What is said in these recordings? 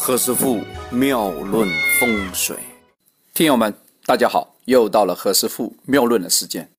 何师傅妙论风水，听友们大家好，又到了何师傅妙论的时间。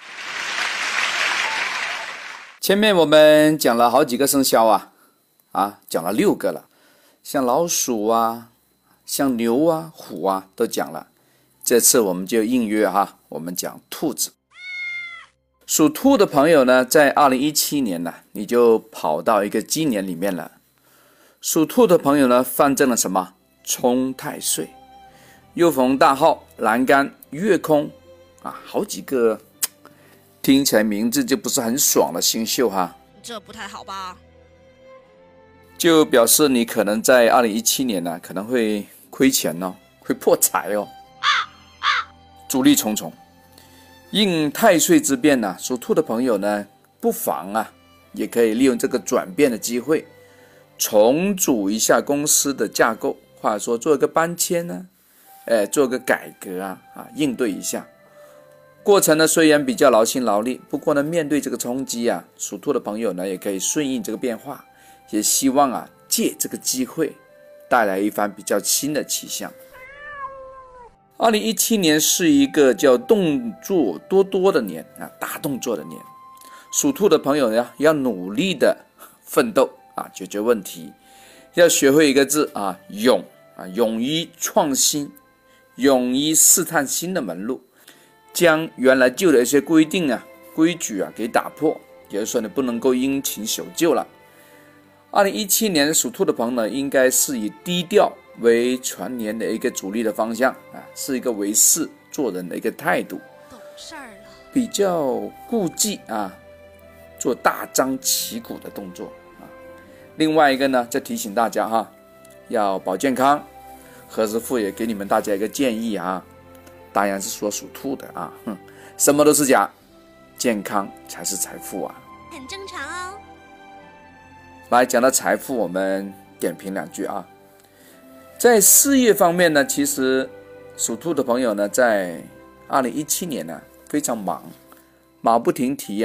前面我们讲了好几个生肖讲了6个了，像老鼠啊，像牛啊，虎啊都讲了。这次我们就应约我们讲兔子。属兔的朋友呢，在2017年呢，你就跑到一个鸡年里面了。属兔的朋友呢，犯正了什么？冲太岁，又逢大号、栏杆、月空好几个听起来名字就不是很爽的星宿这不太好吧？ 就表示你可能在2017年呢，可能会亏钱会破财阻力重重。应太岁之变呢，属兔的朋友呢，不妨也可以利用这个转变的机会，重组一下公司的架构，或者说做一个搬迁呢，做个改革应对一下。过程呢虽然比较劳心劳力，不过呢面对这个冲击属兔的朋友呢也可以顺应这个变化，也希望借这个机会带来一番比较新的气象。2017年是一个叫动作多的年大动作的年，属兔的朋友呢要努力的奋斗解决问题，要学会一个字勇勇于创新，勇于试探新的门路，将原来旧的一些规定规矩给打破，也就是说你不能够因循守旧了。2017年属兔的朋友呢，应该是以低调为全年的一个主力的方向是一个为事做人的一个态度， 懂事了， 比较顾忌做大张旗鼓的动作另外一个呢，再提醒大家要保健康。何师傅也给你们大家一个建议当然是说属兔的什么都是假，健康才是财富很正常哦。 来讲到财富，我们点评2句在事业方面呢，其实属兔的朋友呢，在2017年呢非常忙，马不停蹄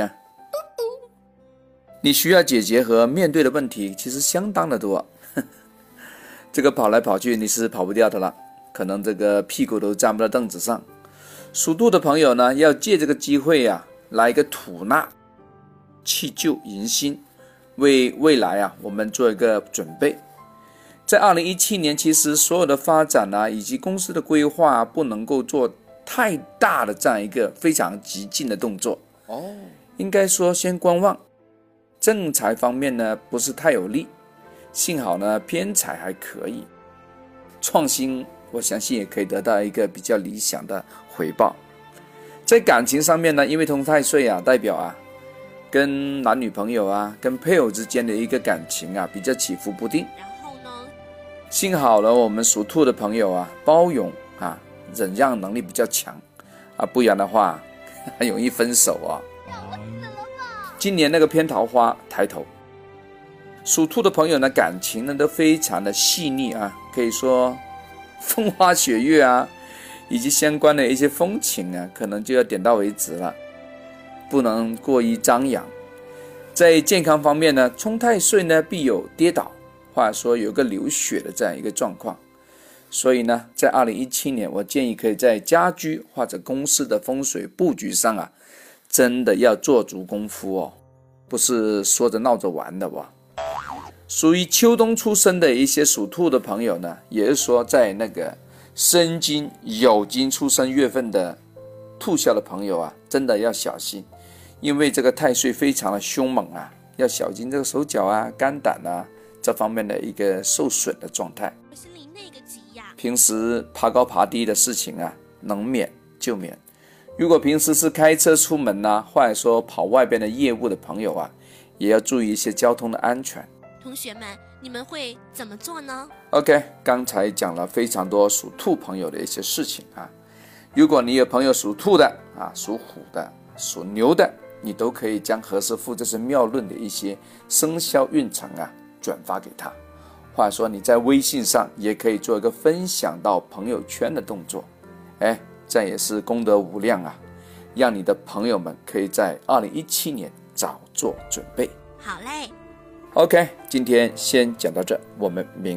你需要解决和面对的问题其实相当的多这个跑来跑去你是跑不掉的了，可能这个屁股都站不到凳子上。属兔的朋友呢，要借这个机会来一个吐纳，弃旧迎新，为未来我们做一个准备。在2017年，其实所有的发展以及公司的规划不能够做太大的这样一个非常激进的动作应该说先观望。正财方面呢不是太有利，幸好呢偏财还可以，创新我相信也可以得到一个比较理想的回报。在感情上面呢，因为冲太岁代表跟男女朋友跟配偶之间的一个感情比较起伏不定， 然后呢， 幸好了我们属兔的朋友包容忍让能力比较强不然的话很容易分手今年那个偏桃花抬头，属兔的朋友呢，感情呢都非常的细腻可以说风花雪月以及相关的一些风情可能就要点到为止了，不能过于张扬。在健康方面呢，冲太岁呢必有跌倒，或者说有个流血的这样一个状况，所以呢，在2017年，我建议可以在家居或者公司的风水布局上真的要做足功夫不是说着闹着玩的属于秋冬出生的一些属兔的朋友呢，也是说在那个申金酉金出生月份的兔小的朋友真的要小心，因为这个太岁非常的凶猛要小心这个手脚肝胆这方面的一个受损的状态。 我心里那个急平时爬高爬低的事情能免就免。如果平时是开车出门或者说跑外边的业务的朋友也要注意一些交通的安全。 同学们，你们会怎么做呢？ OK， 刚才讲了非常多属兔朋友的一些事情如果你有朋友属兔的属虎的、属牛的，你都可以将何师傅这是妙论的一些生肖运程转发给他，或者说你在微信上也可以做一个分享到朋友圈的动作这也是功德无量让你的朋友们可以在2017年早做准备。 好嘞， OK， 今天先讲到这，我们明天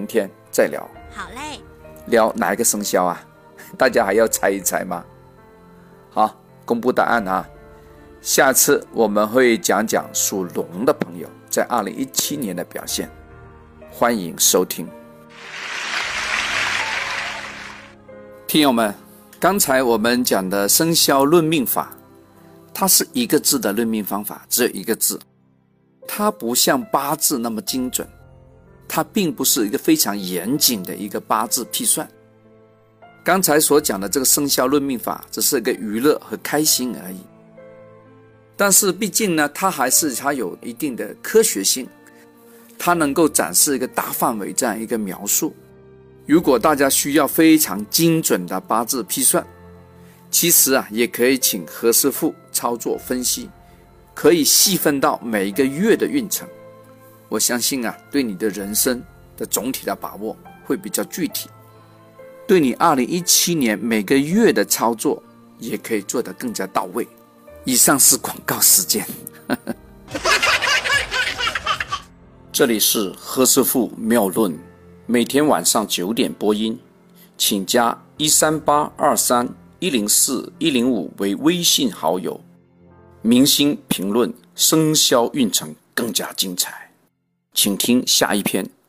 再聊。 好嘞。 聊哪一个生肖啊？大家还要猜一猜吗？好，公布答案啊。下次我们会讲讲属龙的朋友在2017年的表现，欢迎收听。听友们，刚才我们讲的生肖论命法，它是一个字的论命方法，只有一个字，它不像八字那么精准，它并不是一个非常严谨的一个八字批算。刚才所讲的这个生肖论命法只是一个娱乐和开心而已，但是毕竟呢，它有一定的科学性，它能够展示一个大范围这样一个描述。如果大家需要非常精准的八字批算，其实也可以请何师傅操作分析，可以细分到每一个月的运程。我相信对你的人生的总体的把握会比较具体，对你2017年每个月的操作也可以做得更加到位。以上是广告时间。这里是何师傅妙论，每天晚上9点播音，请加13823104105为微信好友。明星评论生肖运程更加精彩，请听下一篇。